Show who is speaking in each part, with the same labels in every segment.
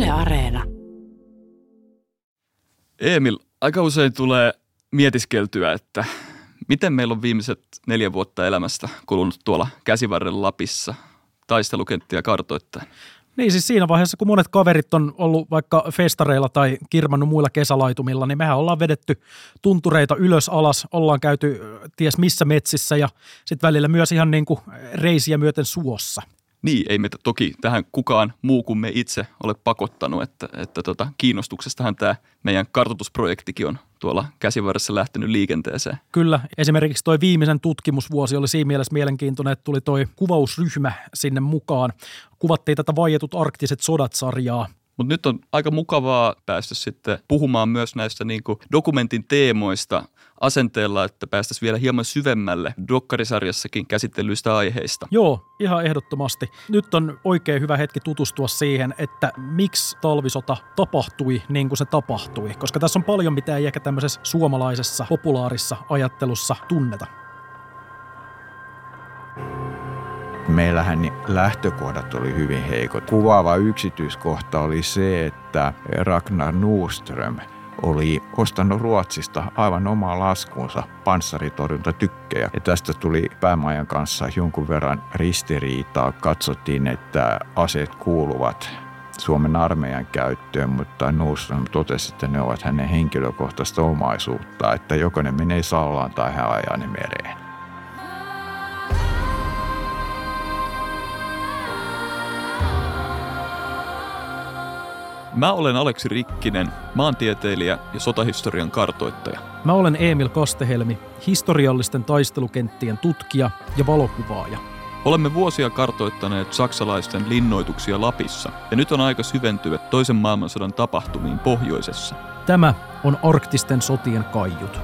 Speaker 1: Yle Areena.
Speaker 2: Emil, aika usein tulee mietiskeltyä, että miten meillä on viimeiset 4 vuotta elämästä kulunut tuolla Käsivarren Lapissa taistelukenttiä kartoittaen.
Speaker 3: Niin siis siinä vaiheessa, kun monet kaverit on ollut vaikka festareilla tai kirmannut muilla kesälaitumilla, niin mehän ollaan vedetty tuntureita ylös alas, ollaan käyty ties missä metsissä ja sitten välillä myös ihan niin kuin reisiä myöten suossa.
Speaker 2: Niin, ei meitä toki tähän kukaan muu kuin me itse ole pakottanut, että kiinnostuksestahan tämä meidän kartoitusprojektikin on tuolla Käsivarressa lähtenyt liikenteeseen.
Speaker 3: Kyllä, esimerkiksi toi viimeisen tutkimusvuosi oli siinä mielessä mielenkiintoinen, että tuli toi kuvausryhmä sinne mukaan. Kuvattiin tätä Vaietut arktiset sodat-sarjaa.
Speaker 2: Mutta nyt on aika mukavaa päästä sitten puhumaan myös näistä niin kuin dokumentin teemoista asenteella, että päästäisiin vielä hieman syvemmälle dokkarisarjassakin käsitellyistä aiheista.
Speaker 3: Joo, ihan ehdottomasti. Nyt on oikein hyvä hetki tutustua siihen, että miksi talvisota tapahtui niin kuin se tapahtui, koska tässä on paljon, mitä ei ehkä tämmöisessä suomalaisessa populaarissa ajattelussa tunneta.
Speaker 4: Meillähän lähtökohdat oli hyvin heikot. Kuvaava yksityiskohta oli se, että Ragnar Nordström oli ostanut Ruotsista aivan omaa laskuunsa panssaritorjuntatykkejä. Ja tästä tuli päämajan kanssa jonkun verran ristiriitaa. Katsottiin, että aseet kuuluvat Suomen armeijan käyttöön, mutta Nordström totesi, että ne ovat hänen henkilökohtaista omaisuutta, että joko ne menee Sallaan tai hän ajaa ne mereen.
Speaker 2: Mä olen Aleksi Rikkinen, maantieteilijä ja sotahistorian kartoittaja.
Speaker 3: Mä olen Emil Kastehelmi, historiallisten taistelukenttien tutkija ja valokuvaaja.
Speaker 2: Olemme vuosia kartoittaneet saksalaisten linnoituksia Lapissa ja nyt on aika syventyä toisen maailmansodan tapahtumiin pohjoisessa.
Speaker 3: Tämä on arktisten sotien kaiut.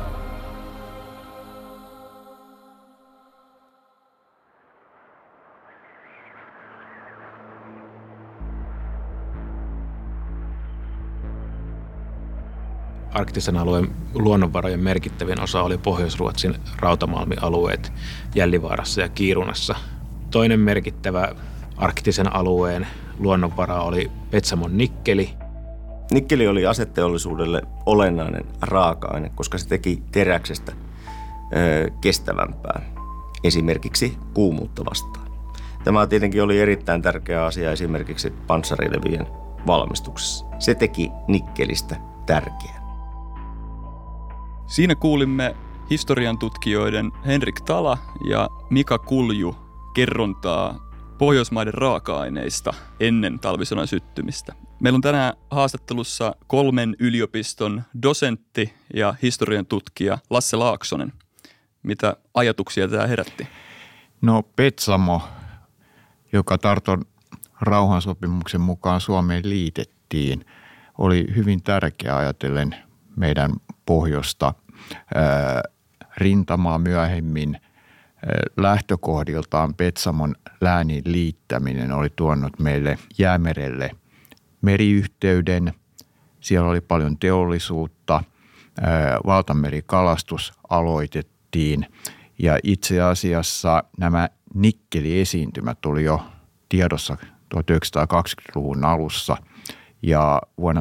Speaker 5: Arktisen alueen luonnonvarojen merkittävin osa oli Pohjois-Ruotsin rautamalmialueet Jällivaarassa ja Kiirunassa. Toinen merkittävä arktisen alueen luonnonvara oli Petsamon nikkeli.
Speaker 6: Nikkeli oli aseteollisuudelle olennainen raaka-aine, koska se teki teräksestä kestävämpää, esimerkiksi kuumuutta vastaan. Tämä tietenkin oli erittäin tärkeä asia esimerkiksi panssarilevyjen valmistuksessa. Se teki nikkelistä tärkeää.
Speaker 2: Siinä kuulimme historian tutkijoiden Henrik Tala ja Mika Kulju kerrontaa Pohjoismaiden raaka-aineista ennen talvisodan syttymistä. Meillä on tänään haastattelussa 3 yliopiston dosentti ja historian tutkija Lasse Laaksonen. Mitä ajatuksia tämä herätti?
Speaker 4: No Petsamo, joka Tarton rauhansopimuksen mukaan Suomeen liitettiin, oli hyvin tärkeä ajatellen meidän pohjoista rintamaa myöhemmin. Lähtökohdiltaan Petsamon läänin liittäminen oli tuonut meille Jäämerelle meriyhteyden. Siellä oli paljon teollisuutta, valtamerikalastus aloitettiin ja itse asiassa nämä nikkeliesiintymät oli jo tiedossa 1920-luvun alussa. Ja vuonna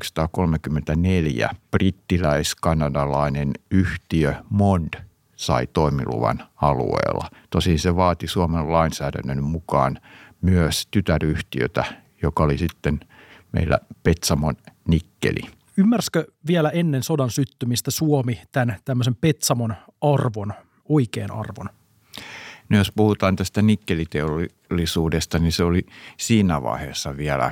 Speaker 4: 1934 brittiläis-kanadalainen yhtiö Mond sai toimiluvan alueella. Tosin se vaati Suomen lainsäädännön mukaan myös tytäryhtiötä, joka oli sitten meillä Petsamon nikkeli.
Speaker 3: Ymmärsikö vielä ennen sodan syttymistä Suomi tämän tämmöisen Petsamon arvon, oikean arvon?
Speaker 4: No jos puhutaan tästä nikkeliteollisuudesta, niin se oli siinä vaiheessa vielä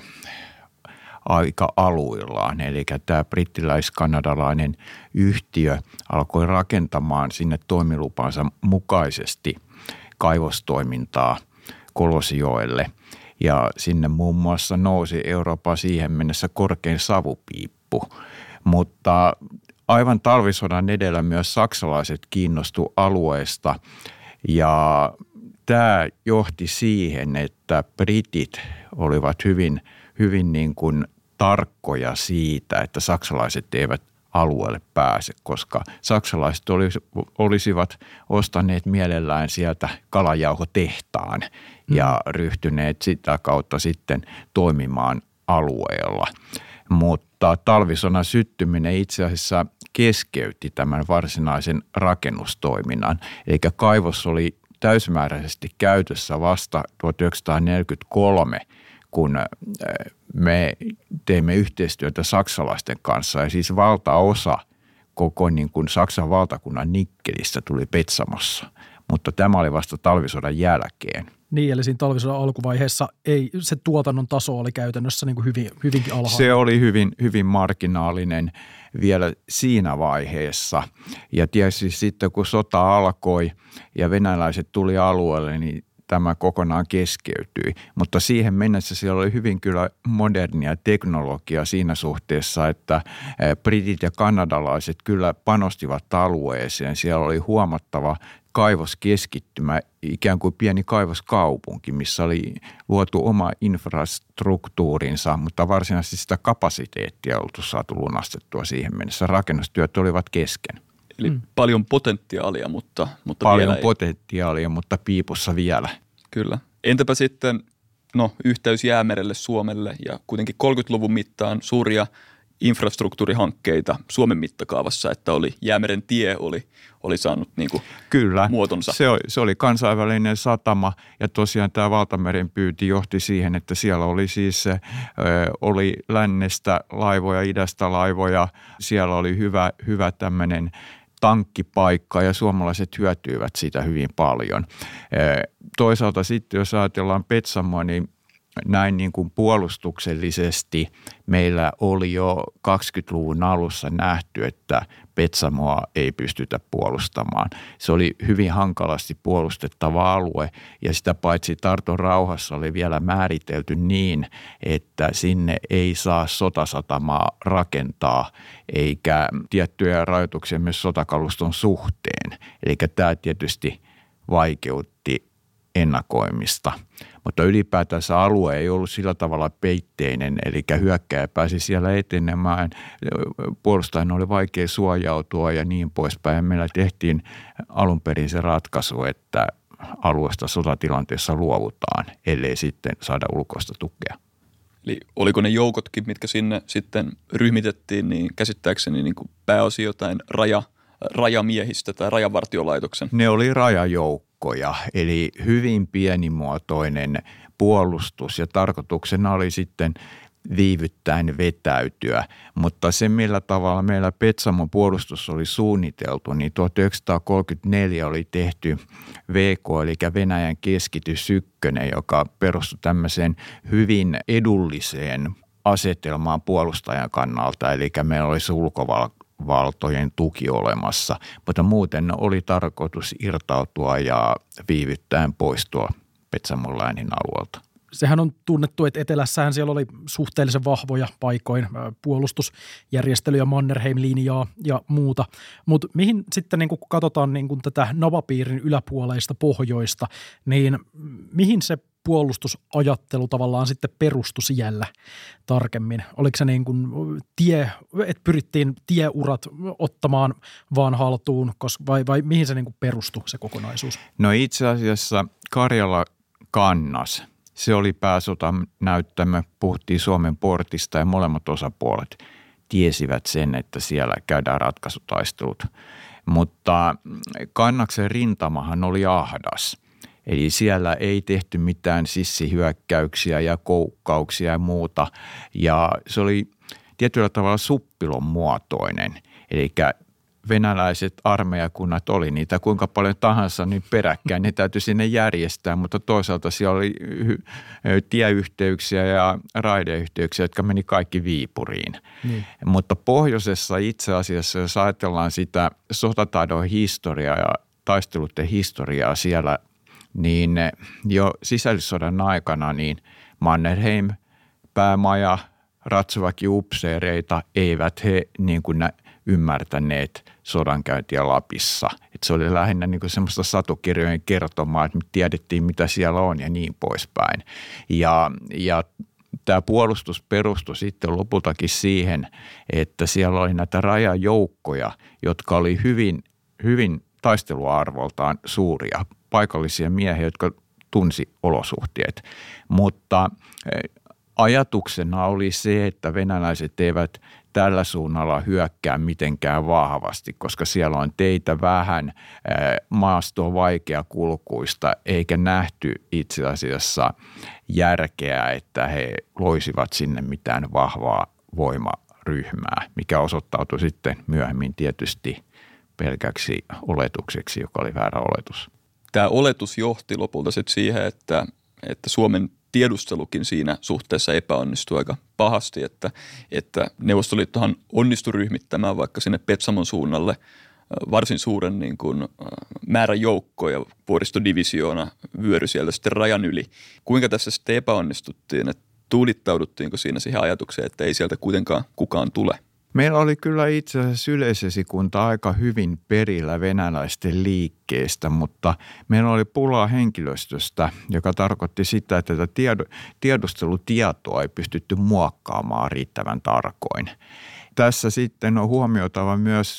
Speaker 4: aika aluillaan. Eli tämä brittiläis-kanadalainen yhtiö alkoi rakentamaan sinne toimilupansa mukaisesti kaivostoimintaa Kolosjoelle. Ja sinne muun muassa nousi Euroopan siihen mennessä korkein savupiippu. Mutta aivan talvisodan edellä myös saksalaiset kiinnostu alueesta ja tämä johti siihen, että britit olivat hyvin niin kuin tarkkoja siitä, että saksalaiset eivät alueelle pääse, koska saksalaiset olisivat ostaneet mielellään sieltä kalajauhotehtaan ja ryhtyneet sitä kautta sitten toimimaan alueella. Mutta talvisodan syttyminen itse asiassa keskeytti tämän varsinaisen rakennustoiminnan. Eli kaivos oli täysimääräisesti käytössä vasta 1943, kun me teimme yhteistyötä saksalaisten kanssa. Ja siis valtaosa koko niin kuin Saksan valtakunnan nikkelistä tuli Petsamossa, mutta tämä oli vasta talvisodan jälkeen.
Speaker 3: Niin, eli siinä talvisodan alkuvaiheessa se tuotannon taso oli käytännössä niin kuin hyvinkin alhainen.
Speaker 4: Se oli hyvin marginaalinen vielä siinä vaiheessa. Ja tietysti sitten kun sota alkoi ja venäläiset tuli alueelle, niin tämä kokonaan keskeytyi. Mutta siihen mennessä siellä oli hyvin kyllä modernia teknologiaa siinä suhteessa, että britit ja kanadalaiset kyllä panostivat alueeseen. Siellä oli huomattava kaivoskeskittymä, ikään kuin pieni kaivoskaupunki, missä oli luotu oma infrastruktuurinsa, mutta varsinaisesti sitä kapasiteettia oltu saatu lunastettua siihen mennessä. Rakennustyöt olivat kesken.
Speaker 2: Eli paljon potentiaalia, mutta
Speaker 4: paljon
Speaker 2: vielä
Speaker 4: potentiaalia, mutta piipussa vielä.
Speaker 2: Kyllä. Entäpä sitten yhteys Jäämerelle Suomelle ja kuitenkin 30-luvun mittaan suuria infrastruktuurihankkeita Suomen mittakaavassa, että Jäämeren tie oli saanut niin kuin
Speaker 4: kyllä,
Speaker 2: muotonsa.
Speaker 4: Se oli kansainvälinen satama ja tosiaan tämä valtameren pyynti johti siihen, että siellä oli siis oli lännestä laivoja, idästä laivoja, siellä oli hyvä tämmöinen tankkipaikka ja suomalaiset hyötyivät siitä hyvin paljon. Toisaalta sitten, jos ajatellaan Petsamoa, niin näin niin kuin puolustuksellisesti meillä oli jo 20-luvun alussa nähty, että Petsamoa ei pystytä puolustamaan. Se oli hyvin hankalasti puolustettava alue ja sitä paitsi Tarton rauhassa oli vielä määritelty niin, että sinne ei saa sotasatamaa rakentaa eikä tiettyjä rajoituksia myös sotakaluston suhteen. Eli tämä tietysti vaikeutti ennakoimista. Mutta ylipäätänsä alue ei ollut sillä tavalla peitteinen, eli hyökkääjä pääsi siellä etenemään. Puolustajan oli vaikea suojautua ja niin poispäin. Ja meillä tehtiin alun perin se ratkaisu, että alueesta sotatilanteessa luovutaan, ellei sitten saada ulkoista tukea.
Speaker 2: Eli oliko ne joukotkin, mitkä sinne sitten ryhmitettiin, niin käsittääkseni niin kuin pääosin jotain rajamiehistä tai rajavartiolaitoksen?
Speaker 4: Ne oli rajajoukkoja, eli hyvin pienimuotoinen puolustus ja tarkoituksena oli sitten viivyttäen vetäytyä. Mutta se, millä tavalla meillä Petsamon puolustus oli suunniteltu, niin 1934 oli tehty VK, eli Venäjän keskitys 1, joka perustui tämmöiseen hyvin edulliseen asetelmaan puolustajan kannalta, eli meillä olisi ulkovaltojen tuki olemassa, mutta muuten oli tarkoitus irtautua ja viivyttäen poistua Petsamon läänin alueelta.
Speaker 3: Sehän on tunnettu, että etelässähän siellä oli suhteellisen vahvoja paikoin puolustusjärjestelyjä, Mannerheim-linjaa ja muuta. Mutta mihin sitten, niin kun katsotaan niin kun tätä navapiirin yläpuoleista pohjoista, niin mihin se puolustusajattelu tavallaan sitten perustui siellä tarkemmin? Oliko se niin kuin että pyrittiin tieurat ottamaan vaan haltuun, vai mihin se niin kuin perustui se kokonaisuus?
Speaker 4: No itse asiassa Karjala-Kannas, se oli pääsotan näyttämö, puhuttiin Suomen portista ja molemmat osapuolet tiesivät sen, että siellä käydään ratkaisutaistelut. Mutta Kannaksen rintamahan oli ahdas. Eli siellä ei tehty mitään sissihyökkäyksiä ja koukkauksia ja muuta. Ja se oli tietyllä tavalla suppilon muotoinen. Eli venäläiset armeijakunnat oli niitä kuinka paljon tahansa niin peräkkäin. Ne täytyy sinne järjestää, mutta toisaalta siellä oli tieyhteyksiä ja raideyhteyksiä, jotka meni kaikki Viipuriin. Mutta pohjoisessa itse asiassa, jos ajatellaan sitä sotataidon historiaa ja taisteluiden historiaa siellä, niin jo sisällissodan aikana niin Mannerheim, päämaja, ratsuväkiupseereita eivät he niin kuin ymmärtäneet sodankäyntiä Lapissa. Että se oli lähinnä niin kuin semmoista satukirjojen kertomaa, että me tiedettiin mitä siellä on ja niin poispäin. Ja tämä puolustus perustui sitten lopultakin siihen, että siellä oli näitä rajajoukkoja, jotka oli hyvin taisteluarvoltaan suuria, paikallisia miehiä, jotka tunsi olosuhteet, mutta ajatuksena oli se, että venäläiset eivät tällä suunnalla hyökkää mitenkään vahvasti, koska siellä on teitä vähän, maasto on vaikeakulkuista, eikä nähty itse asiassa järkeä, että he loisivat sinne mitään vahvaa voimaryhmää, mikä osoittautui sitten myöhemmin tietysti pelkäksi oletukseksi, joka oli väärä oletus.
Speaker 2: Tämä oletus johti lopulta sitten siihen, että Suomen tiedustelukin siinä suhteessa epäonnistui aika pahasti, että Neuvostoliittohan onnistui ryhmittämään vaikka sinne Petsamon suunnalle varsin suuren niin kuin määrän joukkoja, vuoristodivisioona vyöry sieltä sitten rajan yli. Kuinka tässä sitten epäonnistuttiin, että tuudittauduttiinko siinä siihen ajatukseen, että ei sieltä kuitenkaan kukaan tule?
Speaker 4: Meillä oli kyllä itse asiassa yleisesikunta aika hyvin perillä venäläisten liikkeestä, mutta meillä oli pulaa henkilöstöstä, joka tarkoitti sitä, että tätä tiedustelutietoa ei pystytty muokkaamaan riittävän tarkoin. Tässä sitten on huomioitava myös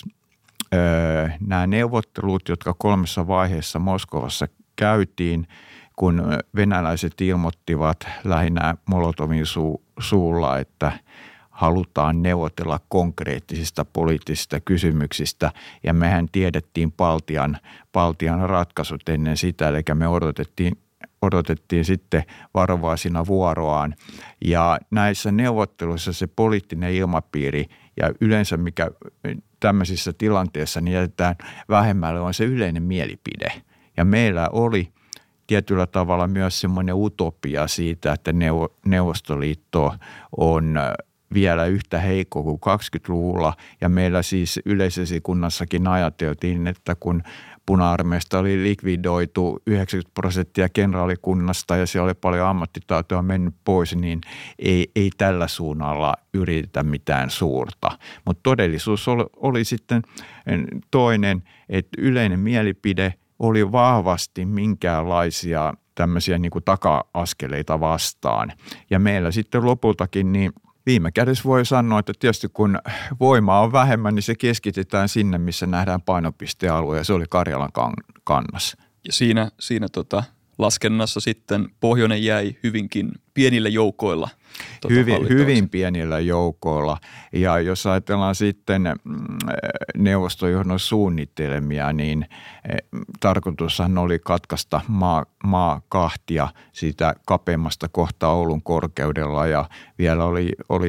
Speaker 4: nämä neuvottelut, jotka 3 vaiheessa Moskovassa käytiin, kun venäläiset ilmoittivat lähinnä Molotovin suulla, että halutaan neuvotella konkreettisista poliittisista kysymyksistä ja mehän tiedettiin Baltian ratkaisut ennen sitä, eli me odotettiin sitten varovaisina vuoroaan ja näissä neuvotteluissa se poliittinen ilmapiiri ja yleensä mikä tämmöisissä tilanteissa niin jätetään vähemmälle on se yleinen mielipide ja meillä oli tietyllä tavalla myös semmoinen utopia siitä, että Neuvostoliitto on vielä yhtä heikko kuin 20-luvulla ja meillä siis yleisesikunnassakin ajateltiin, että kun Puna-armeijasta oli likvidoitu 90% kenraalikunnasta ja siellä oli paljon ammattitaitoa mennyt pois, niin ei tällä suunnalla yritetä mitään suurta. Mutta todellisuus oli sitten toinen, että yleinen mielipide oli vahvasti minkäänlaisia tämmöisiä niin kuin taka-askeleita vastaan. Ja meillä sitten lopultakin niin viime kädessä voi sanoa, että tietysti kun voimaa on vähemmän, niin se keskitetään sinne, missä nähdään painopistealue ja se oli Karjalan kannas.
Speaker 2: Ja siinä laskennassa sitten pohjoinen jäi hyvinkin pienillä joukoilla.
Speaker 4: Hyvin pienillä joukoilla. Ja jos ajatellaan sitten neuvostojohdon suunnitelmia, niin tarkoitushan oli katkaista maa kahtia siitä kapeammasta kohtaa Oulun korkeudella ja vielä oli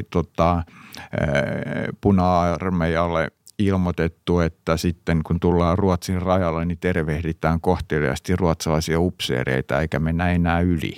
Speaker 4: Puna-armeijalle ilmoitettu, että sitten kun tullaan Ruotsin rajalle, niin tervehditään kohteliaasti ruotsalaisia upseereita eikä mennä enää yli.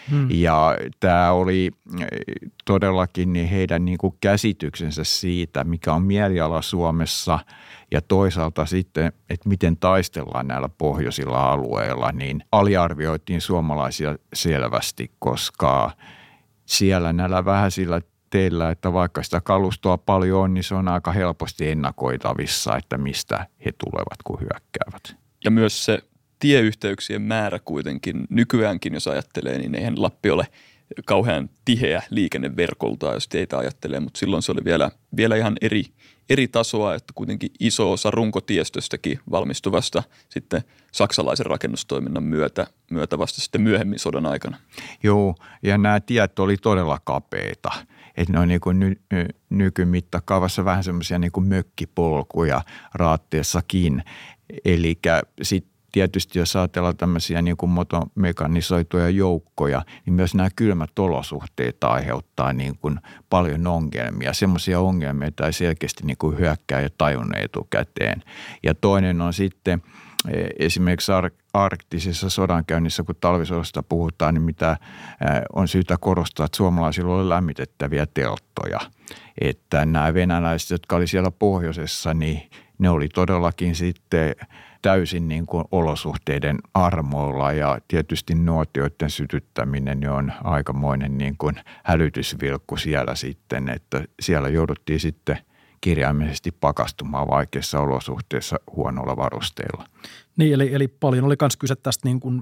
Speaker 4: Ja tämä oli todellakin niin heidän niin kuin käsityksensä siitä, mikä on mieliala Suomessa ja toisaalta sitten, että miten taistellaan näillä pohjoisilla alueilla, niin aliarvioitiin suomalaisia selvästi, koska siellä näillä vähäisillä teillä, että vaikka sitä kalustoa paljon on, niin se on aika helposti ennakoitavissa, että mistä he tulevat, kun hyökkäävät.
Speaker 2: Ja myös se tieyhteyksien määrä kuitenkin nykyäänkin, jos ajattelee, niin eihän Lappi ole kauhean tiheä liikenneverkolta, jos teitä ajattelee, mutta silloin se oli vielä ihan eri tasoa, että kuitenkin iso osa runkotiestöstäkin valmistuvasta sitten saksalaisen rakennustoiminnan myötä vasta sitten myöhemmin sodan aikana.
Speaker 4: Joo, ja nämä tiet oli todella kapeita. Että ne on niin kuin nykymittakaavassa vähän semmoisia niin kuin mökkipolkuja raatteessakin. Eli sitten tietysti jos ajatellaan tämmöisiä niin kuin motomekanisoituja joukkoja, niin myös nämä kylmät olosuhteet aiheuttaa niin kuin paljon ongelmia. Semmoisia ongelmia, joita ei selkeästi niin kuin hyökkää ja tajunnut etukäteen. Ja toinen on sitten esimerkiksi arktisessa sodankäynnissä, kun talvisodasta puhutaan, niin mitä on syytä korostaa, että suomalaisilla oli lämmitettäviä telttoja. Että nämä venäläiset, jotka oli siellä pohjoisessa, niin ne oli todellakin sitten täysin niin kuin olosuhteiden armoilla ja tietysti nuotioiden sytyttäminen on aikamoinen niin kuin hälytysvilkku siellä sitten, että siellä jouduttiin sitten kirjaimellisesti pakastumaan vaikeissa olosuhteissa huonoilla varusteilla.
Speaker 3: Niin, eli paljon oli myös kyse tästä niin kuin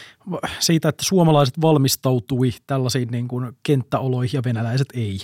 Speaker 3: siitä, että suomalaiset valmistautui tällaisiin niin kuin kenttäoloihin ja venäläiset ei.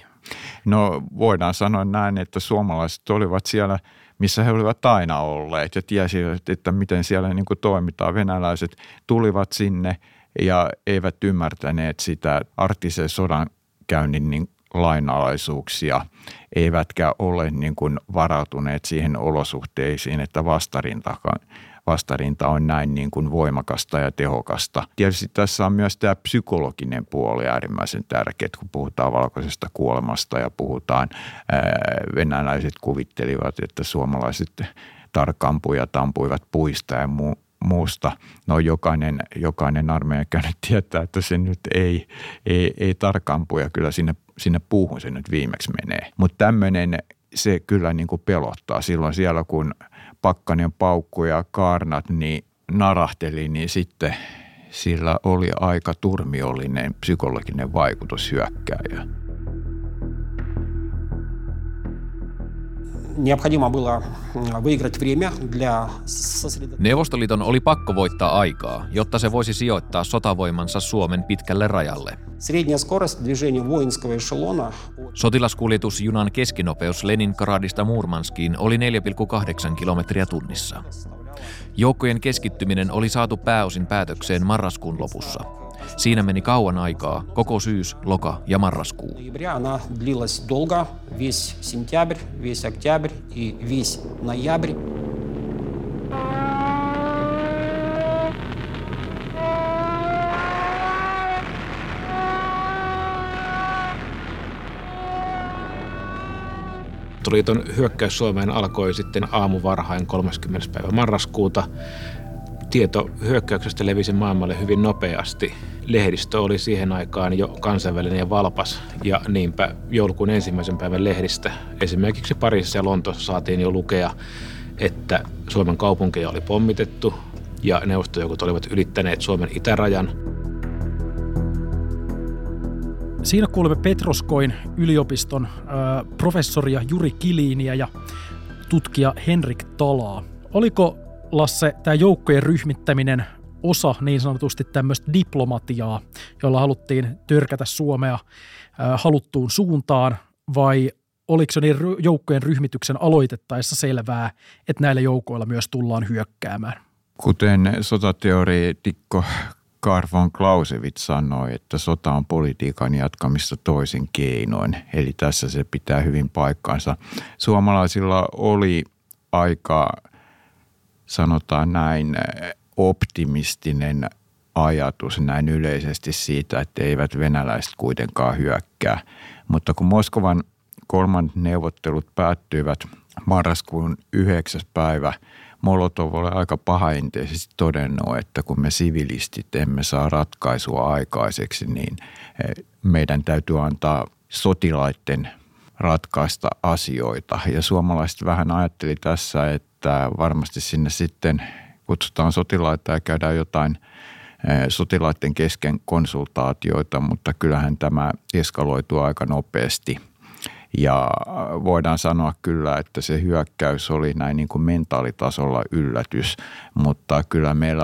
Speaker 4: No voidaan sanoa näin, että suomalaiset olivat siellä, missä he olivat aina olleet ja tiesivät, että miten siellä niin kuin toimitaan. Venäläiset tulivat sinne ja eivät ymmärtäneet sitä arktisen sodan sodankäynnin niin lainalaisuuksia, eivätkä ole niin kuin varautuneet siihen olosuhteisiin, että vastarinta on näin niin kuin voimakasta ja tehokasta. Tietysti tässä on myös tämä psykologinen puoli äärimmäisen tärkeä, kun puhutaan valkoisesta kuolemasta ja puhutaan, venäläiset kuvittelivat, että suomalaiset tarkampujat ampuivat puista ja muusta. No jokainen armeijan käynyt tietää, että se nyt ei tarkampuja, kyllä sinne puuhun se nyt viimeksi menee. Mutta tämmöinen se kyllä niin kuin pelottaa. Silloin siellä kun Pakkanen, Paukku ja Kaarnat niin narahteli, niin sitten sillä oli aika turmiollinen psykologinen vaikutus hyökkääjä.
Speaker 1: Neuvostoliiton oli pakko voittaa aikaa, jotta se voisi sijoittaa sotavoimansa Suomen pitkälle rajalle. Sotilaskuljetusjunan keskinopeus Leningradista Murmanskiin oli 4,8 kilometriä tunnissa. Joukkojen keskittyminen oli saatu pääosin päätökseen marraskuun lopussa. Siinä meni kauan aikaa, koko syys, loka ja marraskuu.
Speaker 5: Neuvostoliiton hyökkäys Suomeen alkoi sitten aamuvarhain 30. päivä marraskuuta. Tieto hyökkäyksestä levisi maailmalle hyvin nopeasti. Lehdistö oli siihen aikaan jo kansainvälinen ja valpas, ja niinpä joulukuun 1. päivän lehdistä esimerkiksi Pariisissa ja Lontoossa saatiin jo lukea, että Suomen kaupunkeja oli pommitettu ja neuvostojoukot olivat ylittäneet Suomen itärajan.
Speaker 3: Siinä kuulemme Petroskoin yliopiston professoria Juri Kiliniä ja tutkija Henrik Talaa. Oliko, Lasse, tämä joukkojen ryhmittäminen osa niin sanotusti tämmöistä diplomatiaa, jolla haluttiin törkätä Suomea haluttuun suuntaan, vai oliko se niin joukkojen ryhmityksen aloitettaessa selvää, että näillä joukoilla myös tullaan hyökkäämään?
Speaker 4: Kuten sotateoreetikko Karl von Clausewitz sanoi, että sota on politiikan jatkamista toisin keinoin, eli tässä se pitää hyvin paikkansa. Suomalaisilla oli aika, sanotaan näin, optimistinen ajatus näin yleisesti siitä, että eivät venäläiset kuitenkaan hyökkää. Mutta kun Moskovan kolmannet neuvottelut päättyivät marraskuun 9. päivä, Molotov oli aika pahaenteisesti todennut, että kun me sivilistit emme saa ratkaisua aikaiseksi, niin meidän täytyy antaa sotilaiden ratkaista asioita. Ja suomalaiset vähän ajatteli tässä, että varmasti sinne sitten kutsutaan sotilaita ja käydään jotain sotilaiden kesken konsultaatioita, mutta kyllähän tämä eskaloituu aika nopeasti. Ja voidaan sanoa kyllä, että se hyökkäys oli näin niin kuin mentaalitasolla yllätys, mutta kyllä meillä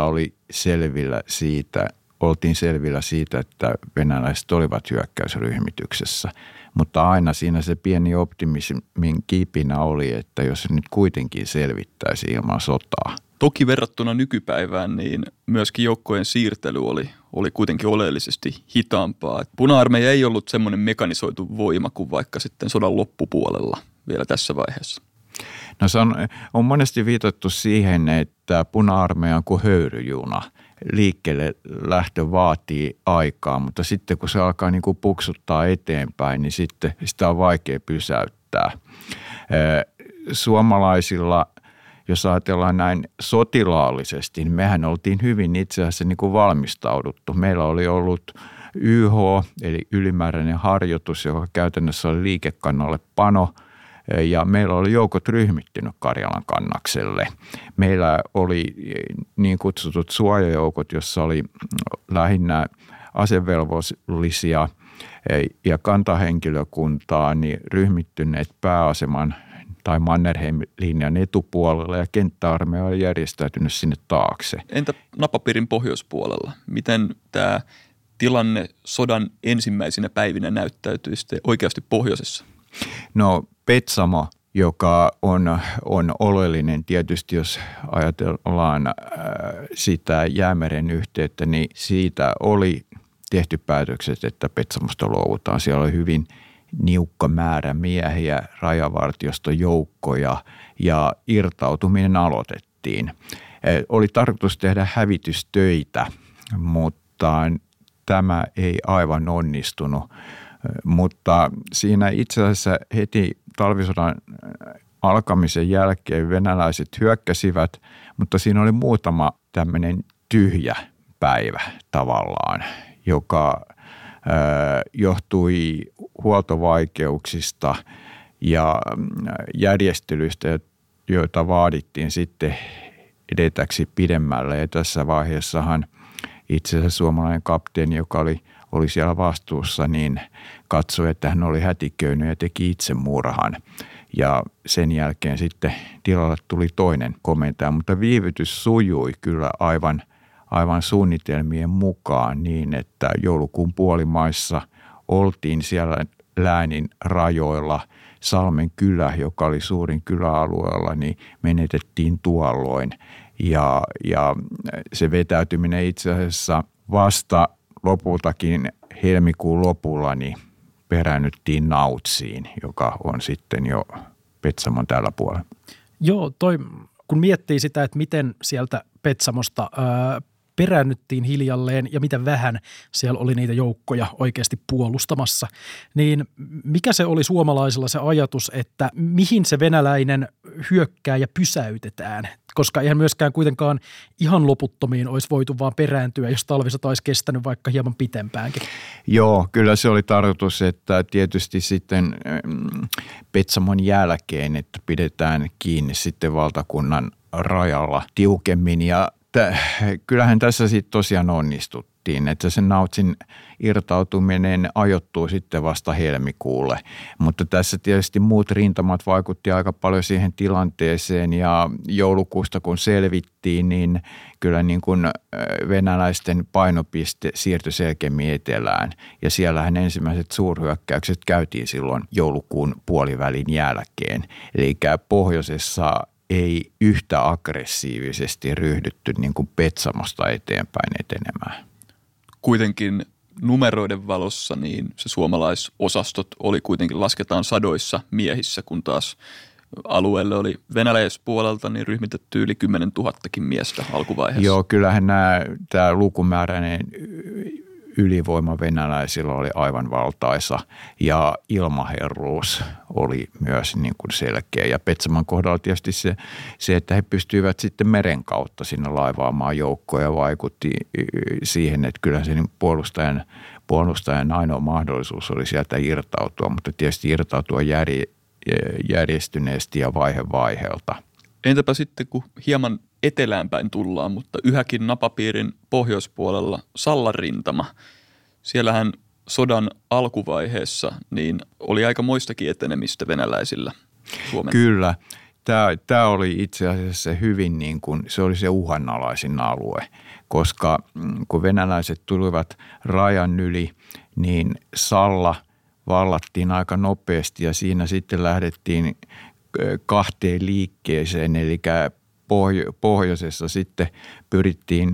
Speaker 4: oltiin selvillä siitä, että venäläiset olivat hyökkäysryhmityksessä. Mutta aina siinä se pieni optimismin kipinä oli, että jos se nyt kuitenkin selvittäisi ilman sotaa.
Speaker 2: Toki verrattuna nykypäivään, niin myöskin joukkojen siirtely oli kuitenkin oleellisesti hitaampaa. Puna-armeija ei ollut semmoinen mekanisoitu voima kuin vaikka sitten sodan loppupuolella vielä tässä vaiheessa.
Speaker 4: No se on monesti viitattu siihen, että puna-armeija on kuin höyryjuna. Liikkeelle lähtö vaatii aikaa, mutta sitten kun se alkaa niin kuin puksuttaa eteenpäin, niin sitten sitä on vaikea pysäyttää. Suomalaisilla, jos ajatellaan näin sotilaallisesti, niin mehän oltiin hyvin itse asiassa niin kuin valmistauduttu. Meillä oli ollut YH, eli ylimääräinen harjoitus, joka käytännössä oli liikekannalle pano, ja meillä oli joukot ryhmittynyt Karjalan kannakselle. Meillä oli niin kutsutut suojajoukot, jossa oli lähinnä asevelvollisia ja kantahenkilökuntaa, niin ryhmittyneet pääaseman tai Mannerheim-linjan etupuolella, ja kenttäarmeija oli järjestäytynyt sinne taakse.
Speaker 2: Entä napapiirin pohjoispuolella? Miten tämä tilanne sodan ensimmäisinä päivinä näyttäytyy sitten oikeasti pohjoisessa?
Speaker 4: No Petsamo, joka on oleellinen tietysti, jos ajatellaan sitä Jäämeren yhteyttä, niin siitä oli tehty päätökset, että Petsamosta luovutaan. Siellä oli hyvin niukka määrä miehiä, rajavartiostojoukkoja ja irtautuminen aloitettiin. Oli tarkoitus tehdä hävitystöitä, mutta tämä ei aivan onnistunut. Mutta siinä itse asiassa heti talvisodan alkamisen jälkeen venäläiset hyökkäsivät, mutta siinä oli muutama tämmöinen tyhjä päivä tavallaan, joka johtui huoltovaikeuksista ja järjestelyistä, joita vaadittiin sitten edetäksi pidemmälle. Ja tässä vaiheessahan itse asiassa suomalainen kapteeni, joka oli siellä vastuussa, niin katsoi, että hän oli hätiköinyt ja teki itsemurhan. Ja sen jälkeen sitten tilalle tuli toinen komentaja, mutta viivytys sujui kyllä aivan suunnitelmien mukaan niin, että joulukuun puolimaissa oltiin siellä läänin rajoilla. Salmen kylä, joka oli suurin kyläalueella, niin menetettiin tuolloin. Ja se vetäytyminen itse asiassa vasta lopultakin helmikuun lopulla niin peräännyttiin Nautsiin, joka on sitten jo Petsamon tällä puolella.
Speaker 3: Joo, kun miettii sitä, että miten sieltä Petsamosta peräännyttiin hiljalleen ja miten vähän siellä oli niitä joukkoja oikeasti puolustamassa, niin mikä se oli suomalaisilla se ajatus, että mihin se venäläinen hyökkää ja pysäytetään? Koska eihän myöskään kuitenkaan ihan loputtomiin olisi voitu vaan perääntyä, jos talvisota olisi kestänyt vaikka hieman pitempäänkin.
Speaker 4: Joo, kyllä se oli tarkoitus, että tietysti sitten Petsamon jälkeen, että pidetään kiinni sitten valtakunnan rajalla tiukemmin ja kyllähän tässä sitten tosiaan onnistuttiin, että sen Nautsin irtautuminen ajoittuu sitten vasta helmikuulle, mutta tässä tietysti muut rintamat vaikutti aika paljon siihen tilanteeseen ja joulukuusta kun selvittiin, niin kyllä niin kuin venäläisten painopiste siirtyi selkeämmin etelään ja siellähän ensimmäiset suurhyökkäykset käytiin silloin joulukuun puolivälin jälkeen, eli pohjoisessa ei yhtä aggressiivisesti ryhdytty niin kuin Petsamosta eteenpäin etenemään.
Speaker 2: Kuitenkin numeroiden valossa niin se suomalaisosastot oli kuitenkin lasketaan sadoissa miehissä, kun taas alueelle oli venäläispuolelta niin ryhmitetty yli 10 000 miestä alkuvaiheessa.
Speaker 4: Joo, kyllähän tämä lukumääräinen ylivoima venäläisillä oli aivan valtaisa ja ilmaherruus oli myös niin kuin selkeä. Ja Petsamon kohdalla tietysti se, että he pystyivät sitten meren kautta sinne laivaamaan joukkoja vaikutti siihen, että kyllä se puolustajan ainoa mahdollisuus oli sieltä irtautua, mutta tietysti irtautua järjestyneesti ja vaiheelta.
Speaker 2: Entäpä sitten, kun hieman eteläänpäin tullaan, mutta yhäkin napapiirin pohjoispuolella Sallan rintama. Siellähän sodan alkuvaiheessa niin oli aika moistakin etenemistä venäläisillä Suomen.
Speaker 4: Kyllä. Tämä oli itse asiassa hyvin niin kuin, se oli se uhanalaisin alue, koska kun venäläiset tulivat rajan yli, niin Salla vallattiin aika nopeasti ja siinä sitten lähdettiin kahteen liikkeeseen, eli pohjoisessa sitten pyrittiin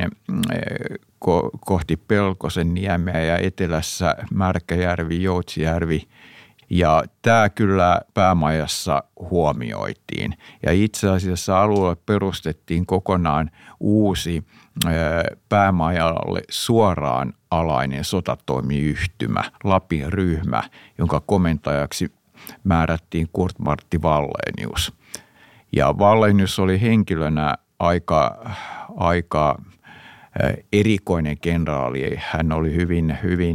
Speaker 4: kohti Pelkosen niemeä ja etelässä Märkäjärvi, Joutsijärvi. Ja tämä kyllä päämajassa huomioitiin. Ja itse asiassa alueelle perustettiin kokonaan uusi päämajalle suoraan alainen sotatoimiyhtymä, Lapin ryhmä, jonka komentajaksi määrättiin Kurt Martti Wallenius. Ja Wallenius oli henkilönä aika erikoinen kenraali. Hän oli hyvin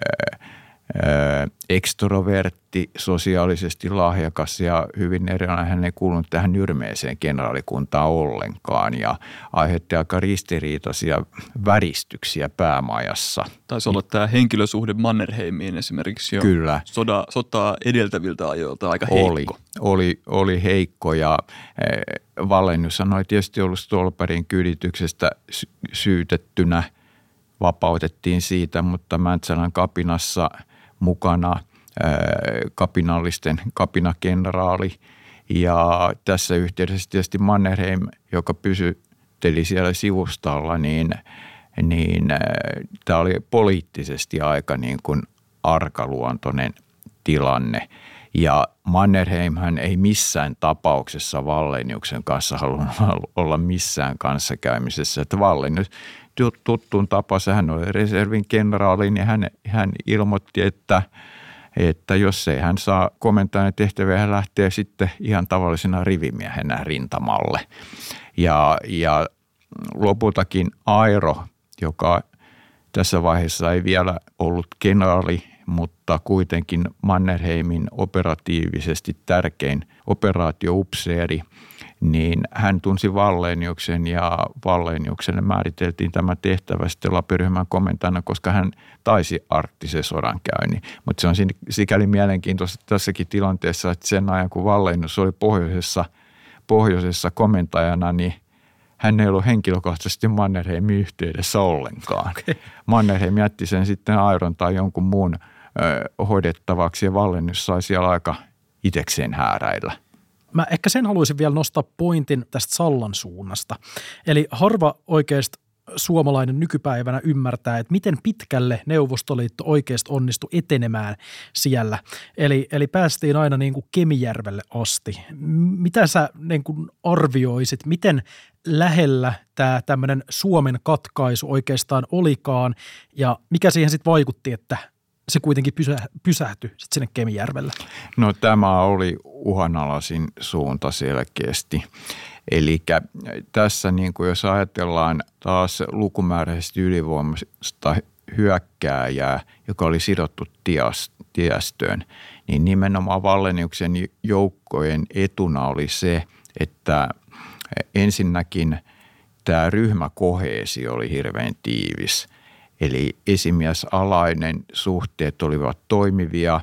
Speaker 4: ekstrovertti, sosiaalisesti lahjakas ja hyvin erilainen. Hän ei kuulunut tähän nyrmeeseen kenraalikuntaan ollenkaan ja aiheutti aika ristiriitaisia väristyksiä päämajassa.
Speaker 2: Taisi olla tämä henkilösuhde Mannerheimiin esimerkiksi jo.
Speaker 4: Kyllä.
Speaker 2: Sotaa edeltäviltä ajoilta aika heikko.
Speaker 4: Oli heikko ja Wallenius oli tietysti ollut Ståhlbergin kyydityksestä syytettynä. Vapautettiin siitä, mutta Mäntsälän kapinassa mukana kapinallisten kapinakenraali. Ja tässä yhteydessä tietysti Mannerheim, joka pysytteli siellä sivustalla, niin niin tämä oli poliittisesti aika niin kuin arkaluontoinen tilanne. Ja Mannerheimhän ei missään tapauksessa Walleniuksen kanssa halunnut olla missään kanssakäymisessä. Että Wallenius tuttuun tapansa, hän oli reservin kenraali, niin hän ilmoitti, että jos ei hän saa komentajan tehtäviä, hän lähtee sitten ihan tavallisena rivimiehenä rintamalle. Ja lopultakin Airo, joka tässä vaiheessa ei vielä ollut kenraali, mutta kuitenkin Mannerheimin operatiivisesti tärkein operaatioupseeri, niin hän tunsi Walleniuksen ja Walleniukselle määriteltiin tämä tehtävä sitten Lapin-ryhmän komentajana, koska hän taisi arktisen sodankäynnin. Mutta se on sikäli mielenkiintoista tässäkin tilanteessa, että sen ajan kun Wallenius oli pohjoisessa komentajana, niin hän ei ollut henkilökohtaisesti Mannerheimin yhteydessä ollenkaan. Okay. Mannerheim jätti sen sitten Airon tai jonkun muun hoidettavaksi ja Wallenius sai siellä aika itekseen hääräillä.
Speaker 3: Mä ehkä sen haluaisin vielä nostaa pointin tästä Sallan suunnasta. Eli harva oikeasti suomalainen nykypäivänä ymmärtää, että miten pitkälle Neuvostoliitto oikeasti onnistui etenemään siellä. Eli päästiin aina niin kuin Kemijärvelle asti. Mitä sä niin kuin arvioisit, miten lähellä tämä tämmöinen Suomen katkaisu oikeastaan olikaan ja mikä siihen sitten vaikutti, että se kuitenkin pysähtyi sitten sinne Kemijärvelle? No
Speaker 4: tämä oli uhanalaisin suunta selkeästi. Eli tässä niin kuin jos ajatellaan taas lukumääräisesti ylivoimaista hyökkääjää, joka oli sidottu tiestöön, niin nimenomaan Walleniuksen joukkojen etuna oli se, että ensinnäkin tämä ryhmäkoheesio oli hirveän tiivis. Eli esimiesalainen suhteet olivat toimivia,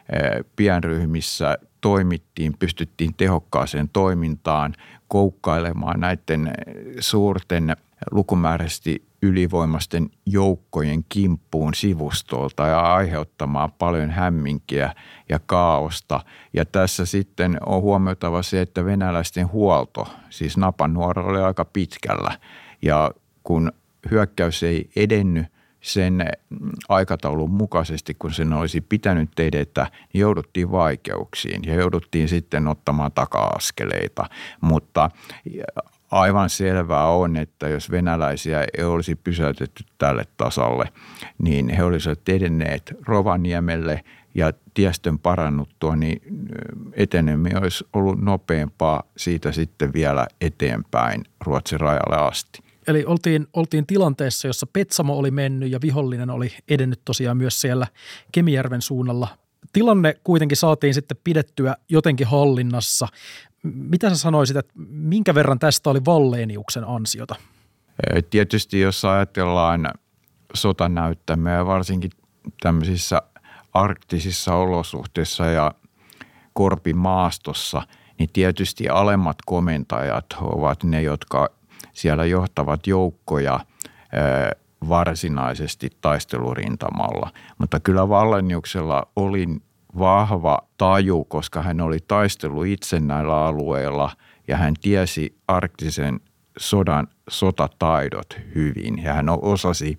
Speaker 4: pienryhmissä pystyttiin tehokkaaseen toimintaan, koukkailemaan näiden suurten lukumääräisesti ylivoimaisten joukkojen kimppuun sivustolta ja aiheuttamaan paljon hämminkiä ja kaaosta. Ja tässä sitten on huomioitava se, että venäläisten huolto, siis napanuora oli aika pitkällä ja kun hyökkäys ei edennyt sen aikataulun mukaisesti, kun sen olisi pitänyt edetä, niin jouduttiin vaikeuksiin ja jouduttiin sitten ottamaan taka-askeleita. Mutta aivan selvää on, että jos venäläisiä ei olisi pysäytetty tälle tasalle, niin he olisivat edenneet Rovaniemelle ja tiestön parannuttua, niin eteneminen olisi ollut nopeampaa siitä sitten vielä eteenpäin Ruotsin rajalle asti.
Speaker 3: Eli oltiin tilanteessa, jossa Petsamo oli mennyt ja vihollinen oli edennyt tosiaan myös siellä Kemijärven suunnalla. Tilanne kuitenkin saatiin sitten pidettyä jotenkin hallinnassa. Mitä sä sanoisit, että minkä verran tästä oli Walleniuksen ansiota?
Speaker 4: Tietysti jos ajatellaan sotanäyttämöä varsinkin tämmöisissä arktisissa olosuhteissa ja korpimaastossa, niin tietysti alemmat komentajat ovat ne, jotka siellä johtavat joukkoja varsinaisesti taistelurintamalla. Mutta kyllä Walleniuksella oli vahva taju, koska hän oli taistellut itse näillä alueilla ja hän tiesi arktisen sodan sotataidot hyvin. Ja hän osasi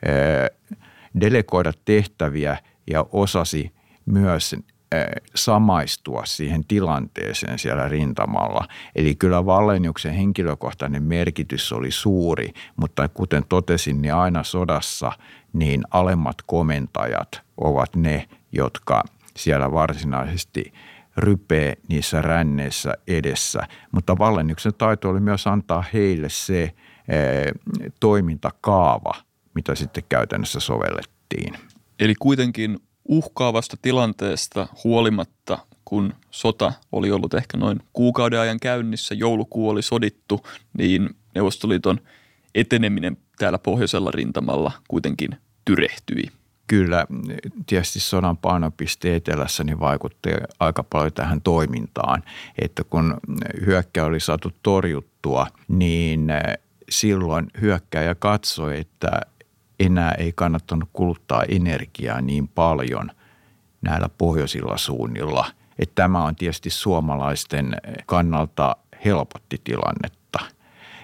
Speaker 4: delegoida tehtäviä ja osasi myös samaistua siihen tilanteeseen siellä rintamalla. Eli kyllä Walleniuksen henkilökohtainen merkitys oli suuri, mutta kuten totesin, niin aina sodassa niin alemmat komentajat ovat ne, jotka siellä varsinaisesti rypee niissä ränneissä edessä. Mutta Walleniuksen taito oli myös antaa heille se toimintakaava, mitä sitten käytännössä sovellettiin.
Speaker 2: Eli kuitenkin uhkaavasta tilanteesta huolimatta, kun sota oli ollut ehkä noin kuukauden ajan käynnissä, joulukuu oli sodittu, niin Neuvostoliiton eteneminen täällä pohjoisella rintamalla kuitenkin tyrehtyi.
Speaker 4: Kyllä, tietysti sodan painopiste etelässä niin vaikutti aika paljon tähän toimintaan, että kun hyökkäjä oli saatu torjuttua, niin silloin hyökkäjä katsoi, että enää ei kannattanut kuluttaa energiaa niin paljon näillä pohjoisilla suunnilla. Että tämä on tietysti suomalaisten kannalta helpotti tilannetta.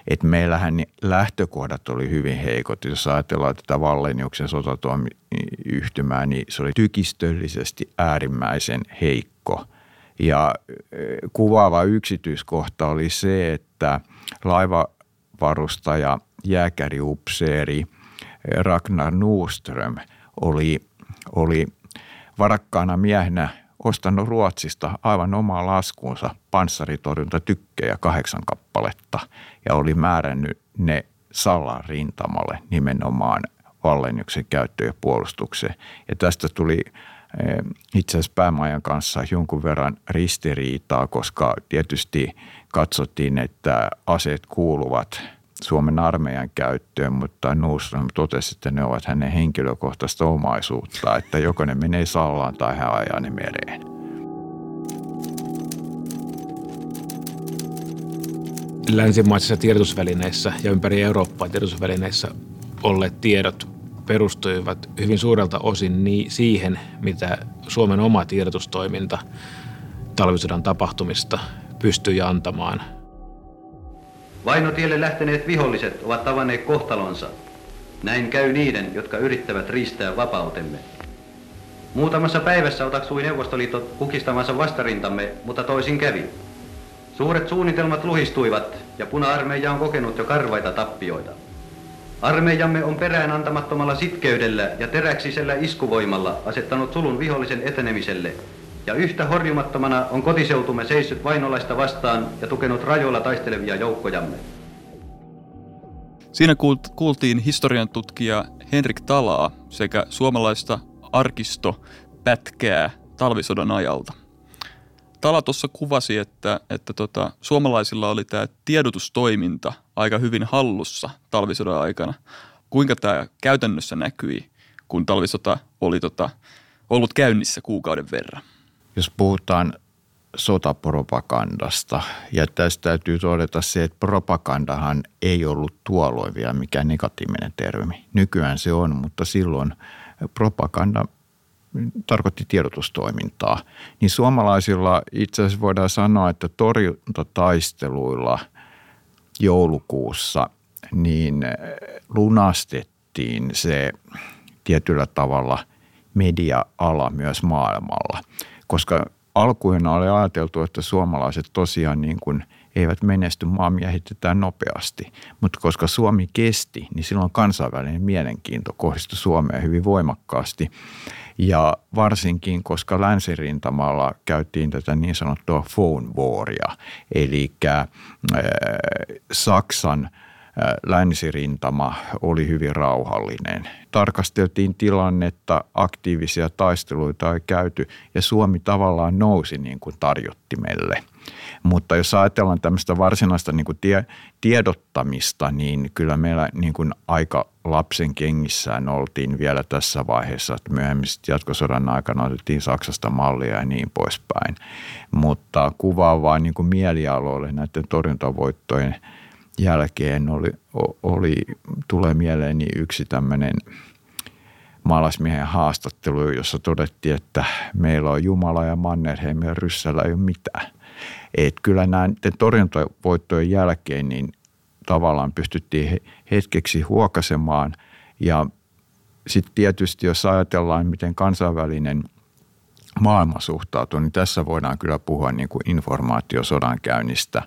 Speaker 4: että meillähän lähtökohdat oli hyvin heikot. Jos ajatellaan tätä Walleniuksen sotatoimiyhtymää, niin se oli tykistöllisesti äärimmäisen heikko. Ja kuvaava yksityiskohta oli se, että laivavarustaja, jääkäriupseeri Ragnar Nordström oli varakkaana miehenä ostanut Ruotsista aivan omaa laskuunsa panssaritorjuntatykkejä 8 kappaletta ja oli määrännyt ne Sallan rintamalle nimenomaan Walleniuksen käyttöön ja puolustukseen. Ja tästä tuli itse asiassa päämajan kanssa jonkun verran ristiriitaa, koska tietysti katsottiin, että aseet kuuluvat Suomen armeijan käyttöön, mutta Nordström totesi, että ne ovat hänen henkilökohtaista omaisuutta, että joko ne menee Sallaan tai hän ajaa ne mereen.
Speaker 5: Länsimaisissa tiedotusvälineissä ja ympäri Eurooppaa tiedotusvälineissä olleet tiedot perustuivat hyvin suurelta osin siihen, mitä Suomen oma tiedotustoiminta talvisodan tapahtumista pystyi antamaan.
Speaker 7: Vainotielle lähteneet viholliset ovat tavanneet kohtalonsa. Näin käy niiden, jotka yrittävät riistää vapautemme. Muutamassa päivässä otaksui Neuvostoliitto kukistamansa vastarintamme, mutta toisin kävi. Suuret suunnitelmat luhistuivat ja puna-armeija on kokenut jo karvaita tappioita. Armeijamme on perään antamattomalla sitkeydellä ja teräksisellä iskuvoimalla asettanut sulun vihollisen etenemiselle, ja yhtä horjumattomana on kotiseutumme seissyt vainolaista vastaan ja tukenut rajoilla taistelevia joukkojamme.
Speaker 2: Siinä kuultiin historian tutkija Henrik Talaa sekä suomalaista arkistopätkää talvisodan ajalta. Tala tuossa kuvasi, että suomalaisilla oli tämä tiedotustoiminta aika hyvin hallussa talvisodan aikana. Kuinka tämä käytännössä näkyi, kun talvisota oli ollut käynnissä kuukauden verran?
Speaker 4: Jos puhutaan sotapropagandasta, ja tästä täytyy todeta se, että propagandahan ei ollut tuolloin vielä mikään negatiivinen termi. Nykyään se on, mutta silloin propaganda tarkoitti tiedotustoimintaa. Niin suomalaisilla itse asiassa voidaan sanoa, että torjuntataisteluilla joulukuussa niin lunastettiin se tietyllä tavalla media-ala myös maailmalla, koska alkuina oli ajateltu, että suomalaiset tosiaan niin kuin eivät menesty, maa miehitetään nopeasti. Mutta koska Suomi kesti, niin silloin kansainvälinen mielenkiinto kohdistui Suomeen hyvin voimakkaasti. Ja varsinkin, koska länsirintamalla käytiin tätä niin sanottua phone waria, eli Saksan länsirintama oli hyvin rauhallinen. Tarkasteltiin tilannetta, aktiivisia taisteluita ei käyty ja Suomi tavallaan nousi niin kuin tarjottimelle. Mutta jos ajatellaan tämmöistä varsinaista niin kuin tiedottamista, niin kyllä meillä niin kuin aika lapsen kengissään oltiin vielä tässä vaiheessa, että myöhemmin jatkosodan aikana otettiin Saksasta mallia ja niin poispäin. Mutta kuvaavaa niin kuin mielialoille näiden torjuntavoittojen jälkeen tulee mieleeni yksi tämmöinen maalaismiehen haastattelu, jossa todettiin, että meillä on Jumala ja Mannerheim ja Ryssällä ei ole mitään. Että kyllä näiden torjuntavoittojen jälkeen niin tavallaan pystyttiin hetkeksi huokasemaan ja sitten tietysti jos ajatellaan, miten kansainvälinen maailma suhtautuu, niin tässä voidaan kyllä puhua niin kuin informaatiosodan käynnistä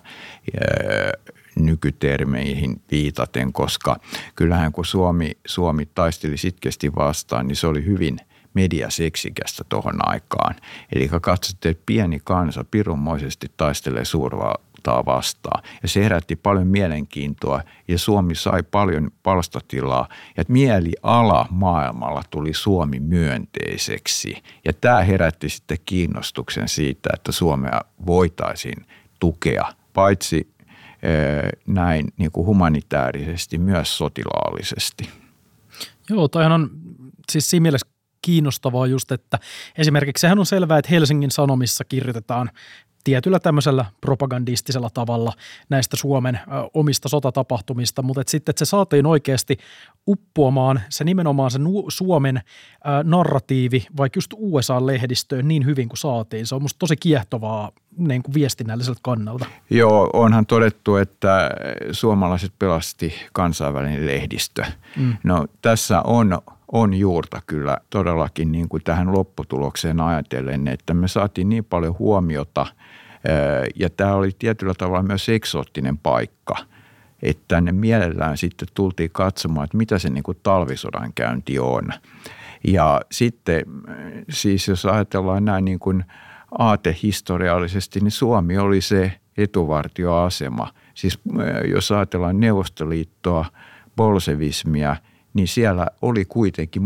Speaker 4: nykytermeihin viitaten, koska kyllähän kun Suomi taisteli sitkeästi vastaan, niin se oli hyvin mediaseksikästä tuohon aikaan. Eli katsotte, että pieni kansa pirunmoisesti taistelee suurvaltaa vastaan. Ja se herätti paljon mielenkiintoa ja Suomi sai paljon palstatilaa. Ja mieliala maailmalla tuli Suomi myönteiseksi. Ja tämä herätti sitten kiinnostuksen siitä, että Suomea voitaisiin tukea paitsi näin niin kuin humanitaarisesti, myös sotilaallisesti.
Speaker 3: Joo, toihan on siis siinä mielessä kiinnostavaa just, että esimerkiksi sehän on selvää, että Helsingin Sanomissa kirjoitetaan tietyllä tämmöisellä propagandistisella tavalla näistä Suomen omista sotatapahtumista, mutta sitten että se saatiin oikeasti uppoamaan se nimenomaan se Suomen narratiivi vaikka just USA-lehdistöön niin hyvin kuin saatiin. Se on musta tosi kiehtovaa niin kuin viestinnälliseltä kannalta.
Speaker 4: Joo, onhan todettu, että suomalaiset pelasti kansainvälinen lehdistö. No tässä on juurta kyllä todellakin niin kuin tähän lopputulokseen ajatellen, että me saatiin niin paljon huomiota ja tämä oli tietyllä tavalla myös eksoottinen paikka, että tänne mielellään sitten tultiin katsomaan, että mitä se niin kuin talvisodan käynti on. Ja sitten siis jos ajatellaan näin niin kuin aatehistoriallisesti, niin Suomi oli se etuvartioasema. Siis jos ajatellaan Neuvostoliittoa, bolsevismia, niin siellä oli kuitenkin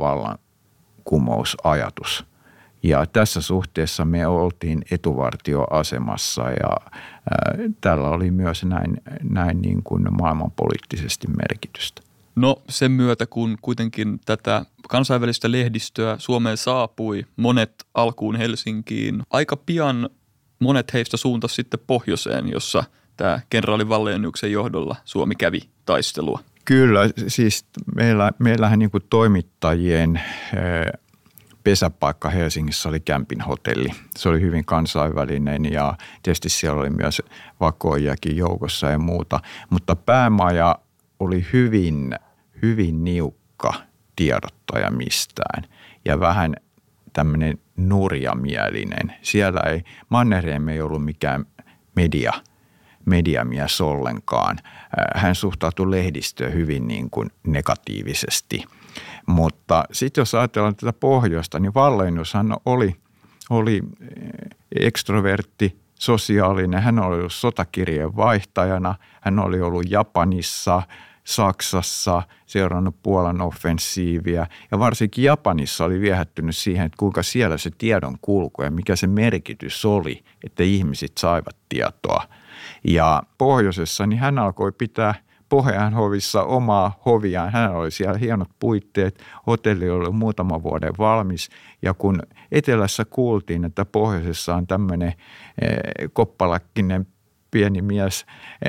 Speaker 4: maailmanvallankumousajatus. Ja tässä suhteessa me oltiin etuvartioasemassa ja tällä oli myös näin niin kuin maailmanpoliittisesti merkitystä.
Speaker 2: No sen myötä, kun kuitenkin tätä kansainvälistä lehdistöä Suomeen saapui, monet alkuun Helsinkiin, aika pian monet heistä suuntasi sitten pohjoiseen, jossa tämä kenraali Walleniuksen johdolla Suomi kävi taistelua.
Speaker 4: Kyllä, siis meillähän niin kuin toimittajien pesäpaikka Helsingissä oli Kämpin hotelli. Se oli hyvin kansainvälinen ja tietysti siellä oli myös vakoijakin joukossa ja muuta, mutta päämaja oli hyvin niukka tiedottaja mistään ja vähän tämmöinen nurjamielinen. Siellä Mannerheim ei ollut mikään mediamies ollenkaan. Hän suhtautui lehdistöön hyvin niin kuin negatiivisesti. Mutta sitten jos ajatellaan tätä pohjoista, niin Walleniushan oli ekstrovertti, sosiaalinen. Hän oli ollut sotakirjeen vaihtajana. Hän oli ollut Japanissa, Saksassa, seurannut Puolan offensiiviä ja varsinkin Japanissa oli viehättynyt siihen, että kuinka siellä se tiedon kulku ja mikä se merkitys oli, että ihmiset saivat tietoa. Ja pohjoisessa niin hän alkoi pitää Pohjanhovissa omaa hoviaan. Hänellä oli siellä hienot puitteet, hotelli oli muutaman vuoden valmis ja kun etelässä kuultiin, että pohjoisessa on tämmöinen koppalakkinen pieni mies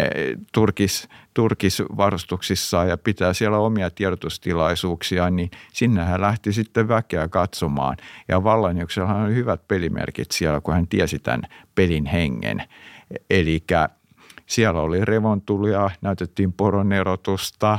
Speaker 4: turkisvarustuksissaan ja pitää siellä omia tiedotustilaisuuksia, niin sinne hän lähti sitten väkeä katsomaan. Ja Walleniuksellahan oli hyvät pelimerkit siellä, kun hän tiesi tämän pelin hengen. Elikkä siellä oli revontulia, näytettiin poronerotusta,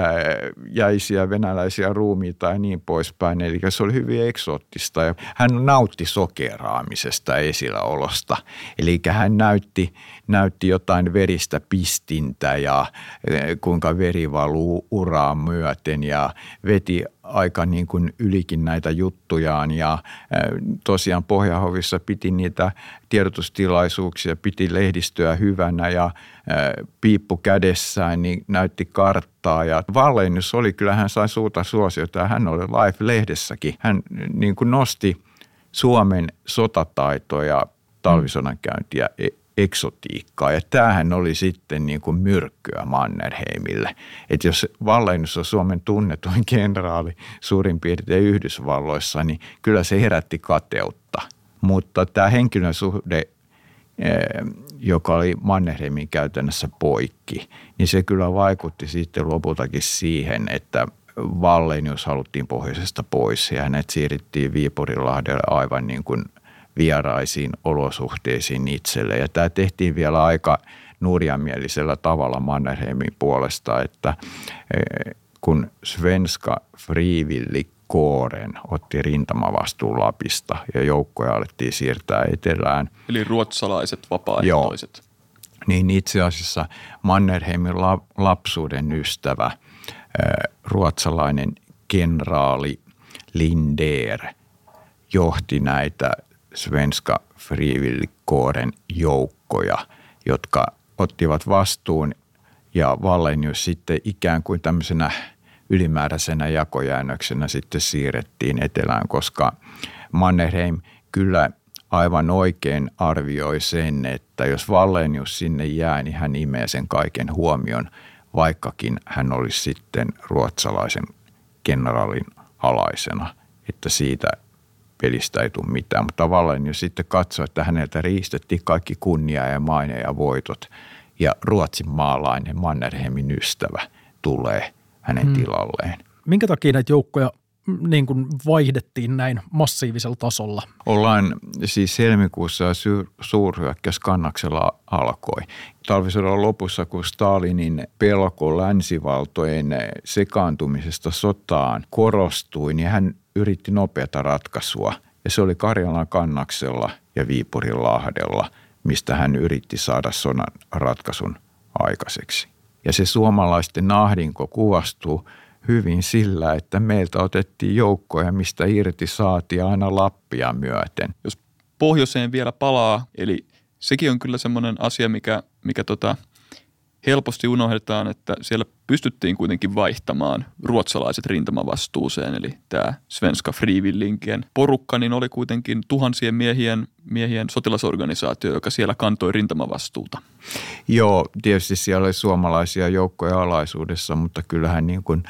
Speaker 4: jäisiä venäläisiä ruumiita ja niin poispäin. Eli se oli hyvin eksoottista ja hän nautti sokeraamisesta esilläolosta. Eli hän näytti jotain veristä pistintä ja kuinka veri valuu uraa myöten ja veti aika niin kuin ylikin näitä juttujaan ja tosiaan Pohjanhovissa piti niitä tiedotustilaisuuksia, piti lehdistöä hyvänä ja piippu kädessään niin näytti karttaa ja Wallenius oli, kyllä hän sai suurta suosiota ja hän oli Life-lehdessäkin. Hän niin kuin nosti Suomen sotataitoja, talvisodankäyntiä, eksotiikkaa ja tämähän oli sitten niin kuin myrkkyä Mannerheimille. Että jos Wallenius on Suomen tunnetuin kenraali suurin piirtein Yhdysvalloissa, niin kyllä se herätti kateutta. Mutta tämä henkilösuhde, joka oli Mannerheimin käytännössä poikki, niin se kyllä vaikutti sitten lopultakin siihen, että Wallenius haluttiin pohjoisesta pois ja hänet siirrettiin Viipurinlahdelle aivan niin kuin vieraisiin olosuhteisiin itselle. Ja tämä tehtiin vielä aika nurjamielisellä tavalla Mannerheimin puolesta, että kun Svenska Frivilligkåren otti rintamavastuun Lapista ja joukkoja alettiin siirtää etelään.
Speaker 2: Eli ruotsalaiset vapaaehtoiset.
Speaker 4: Joo. Niin itse asiassa Mannerheimin lapsuuden ystävä, ruotsalainen kenraali Linder johti näitä Svenska Frivilligkåren joukkoja, jotka ottivat vastuun ja Wallenius sitten ikään kuin tämmöisenä ylimääräisenä jakojäännöksenä sitten siirrettiin etelään, koska Mannerheim kyllä aivan oikein arvioi sen, että jos Wallenius sinne jää, niin hän imee sen kaiken huomion, vaikkakin hän olisi sitten ruotsalaisen kenraalin alaisena, että siitä pelistä ei tule mitään. Mutta tavallaan jos sitten katsoo, että häneltä riistettiin kaikki kunnia ja maine ja voitot ja Ruotsin maalainen Mannerheimin ystävä tulee hänen tilalleen.
Speaker 3: Minkä takia näitä joukkoja niin kuin vaihdettiin näin massiivisella tasolla?
Speaker 4: Ollaan siis helmikuussa suurhyökkäys Kannaksella alkoi. Talvisodan lopussa, kun Stalinin pelko länsivaltojen sekaantumisesta sotaan korostui, niin hän yritti nopeata ratkaisua. Ja se oli Karjalan Kannaksella ja Viipurinlahdella, mistä hän yritti saada sodan ratkaisun aikaiseksi. Ja se suomalaisten ahdinko kuvastuu hyvin sillä, että meiltä otettiin joukkoja, mistä irti saatiin aina Lappia myöten.
Speaker 2: Jos pohjoiseen vielä palaa, eli sekin on kyllä semmoinen asia, mikä helposti unohdetaan, että siellä pystyttiin kuitenkin vaihtamaan ruotsalaiset rintamavastuuseen, eli tämä Svenska Frivilligen porukka, niin oli kuitenkin tuhansien miehien sotilasorganisaatio, joka siellä kantoi rintamavastuuta.
Speaker 4: Joo, tietysti siellä oli suomalaisia joukkoja alaisuudessa, mutta kyllähän niin kuin,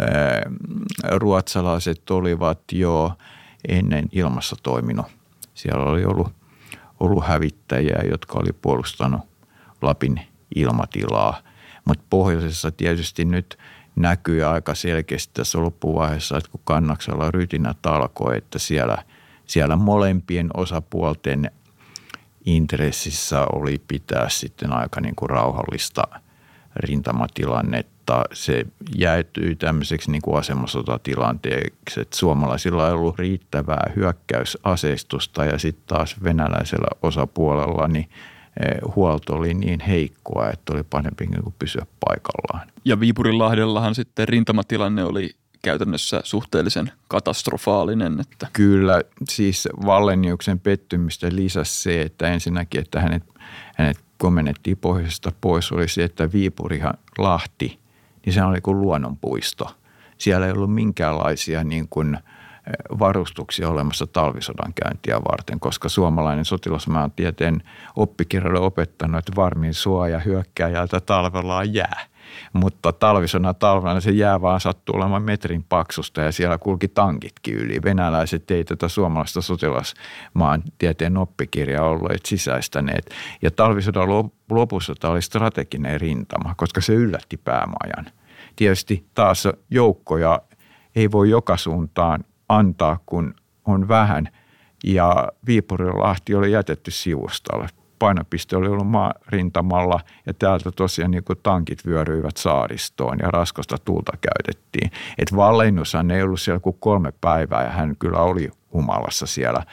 Speaker 4: ruotsalaiset olivat jo ennen ilmassa toiminut. Siellä oli ollut hävittäjiä, jotka oli puolustanut Lapin ilmatilaa, mutta pohjoisessa tietysti nyt näkyy aika selkeästi tässä loppuvaiheessa, että kun Kannaksella rytinät alkoi, että siellä molempien osapuolten intressissä oli pitää sitten aika niin kuin rauhallista rintamatilannetta. Se jäätyi tämmöiseksi niin kuin asemasotatilanteeksi, että suomalaisilla ei ollut riittävää hyökkäysaseistusta ja sitten taas venäläisellä osapuolella niin huolto oli niin heikkoa, että oli parempi kuin pysyä paikallaan.
Speaker 2: Ja Viipurinlahdellahan sitten rintamatilanne oli käytännössä suhteellisen katastrofaalinen. Että
Speaker 4: Kyllä, siis Walleniuksen pettymystä lisäsi se, että ensinnäkin, että hänet komennettiin pohjoisesta pois, oli se, että Viipurinlahti, niin se oli kuin luonnonpuisto. Siellä ei ollut minkäänlaisia niin kuin varustuksia olemassa talvisodan käyntiä varten, koska suomalainen sotilasmaantieteen oppikirja oli opettanut, että varmin suoja hyökkääjältä talvella on jää. Mutta talvisodan talvena se jää vaan sattuu olemaan metrin paksusta ja siellä kulki tankitkin yli. Venäläiset ei tätä suomalaista sotilasmaantieteen oppikirjaa olleet sisäistäneet. Ja talvisodan lopussa tämä oli strateginen rintama, koska se yllätti päämajan. Tietysti taas joukkoja ei voi joka suuntaan antaa, kun on vähän, ja Viipurinlahti oli jätetty sivustalle. Painopiste oli ollut maarintamalla, ja täältä tosiaan niin kuin tankit vyöryivät saaristoon, ja raskasta tulta käytettiin. Et Walleniushan ei ollut siellä kuin 3 päivää, ja hän kyllä oli humalassa siellä.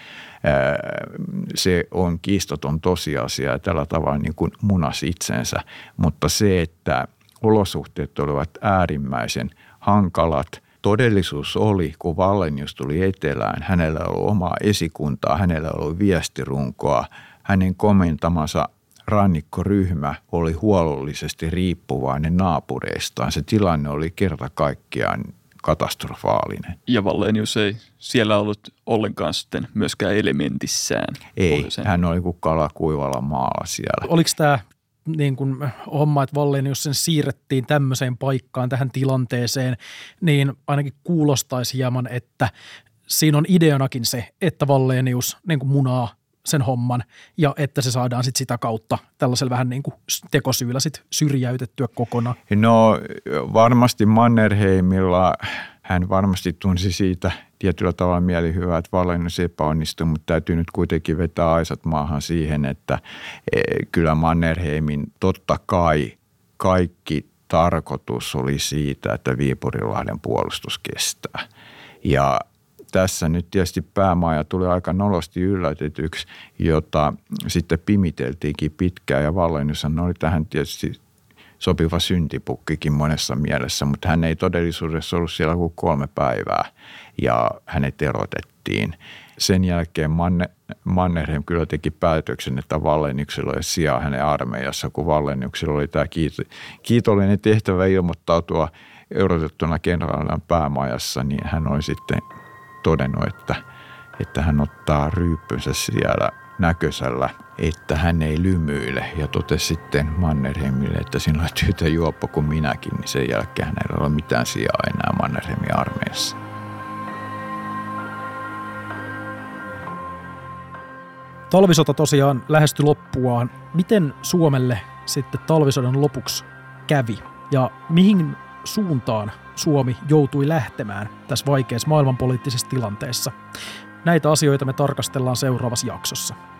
Speaker 4: Se on kiistaton tosiasia, ja tällä tavalla niin kuin munasi itsensä. Mutta se, että olosuhteet olivat äärimmäisen hankalat, todellisuus oli, kun Wallenius tuli etelään, hänellä oli omaa esikuntaa, hänellä oli viestirunkoa, hänen komentamansa rannikkoryhmä oli huolellisesti riippuvainen naapureistaan. Se tilanne oli kerta kaikkiaan katastrofaalinen.
Speaker 2: Ja Wallenius ei siellä ollut ollenkaan sitten myöskään elementissään.
Speaker 4: Ei, hän oli kuin kala kuivalla maalla siellä.
Speaker 3: Oliko tämä niin kuin homma, että Wallenius sen siirrettiin tämmöiseen paikkaan, tähän tilanteeseen, niin ainakin kuulostaisi hieman, että siinä on ideanakin se, että Wallenius niin kuin munaa sen homman ja että se saadaan sitten sitä kautta tällaisella vähän niin kuin tekosyyllä sit syrjäytettyä kokonaan.
Speaker 4: No varmasti Mannerheimilla hän varmasti tunsi siitä tietyllä tavalla mielihyvää, että Wallenius epäonnistui, mutta täytyy nyt kuitenkin vetää aisat maahan siihen, että kyllä Mannerheimin totta kai kaikki tarkoitus oli siitä, että Viipurinlahden puolustus kestää. Ja tässä nyt tietysti päämaja tuli aika nolosti yllätetyksi, jota sitten pimiteltiinkin pitkään ja Walleniushan oli tähän tietysti sopiva syntipukkikin monessa mielessä, mutta hän ei todellisuudessa ollut siellä kuin 3 päivää ja hänet erotettiin. Sen jälkeen Mannerheim kyllä teki päätöksen, että Walleniuksella oli sijaa hänen armeijassa, kun Walleniuksella oli tämä kiitollinen tehtävä ilmoittautua erotettuna kenraalina päämajassa, niin hän oli sitten todennut, että hän ottaa ryyppynsä siellä näköisellä, että hän ei lymyile ja totesi sitten Mannerheimille, että sinulla on tyytä juoppo kuin minäkin, niin sen jälkeen hänellä ei ole mitään sijaa enää Mannerheimin armeijassa.
Speaker 3: Talvisota tosiaan lähestyi loppuaan. Miten Suomelle sitten talvisodan lopuksi kävi ja mihin suuntaan Suomi joutui lähtemään tässä vaikeassa maailmanpoliittisessa tilanteessa? Näitä asioita me tarkastellaan seuraavassa jaksossa.